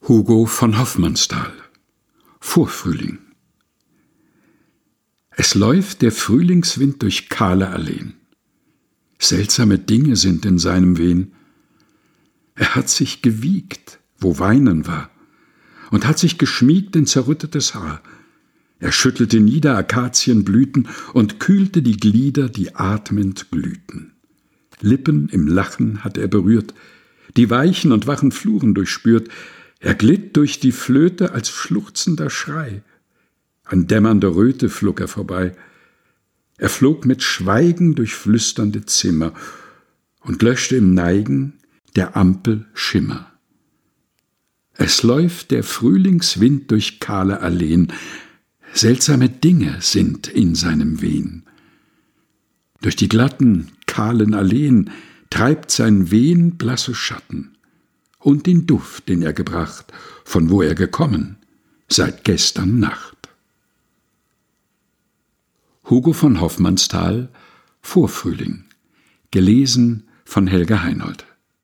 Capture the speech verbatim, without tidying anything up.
Hugo von Hofmannsthal. Vorfrühling. Es läuft der Frühlingswind durch kahle Alleen. Seltsame Dinge sind in seinem Wehen. Er hat sich gewiegt, wo Weinen war, und hat sich geschmiegt in zerrüttetes Haar. Er schüttelte nieder Akazienblüten und kühlte die Glieder, die atmend glühten. Lippen im Lachen hat er berührt, die weichen und wachen Fluren durchspürt. Er glitt durch die Flöte als schluchzender Schrei. An dämmernder Röte flog er vorbei. Er flog mit Schweigen durch flüsternde Zimmer und löschte im Neigen der Ampel Schimmer. Es läuft der Frühlingswind durch kahle Alleen. Seltsame Dinge sind in seinem Wehen. Durch die glatten, kahlen Alleen treibt sein Wehen blasse Schatten und den Duft, den er gebracht, von wo er gekommen, seit gestern Nacht. Hugo von Hofmannsthal, Vorfrühling, gelesen von Helga Heinold.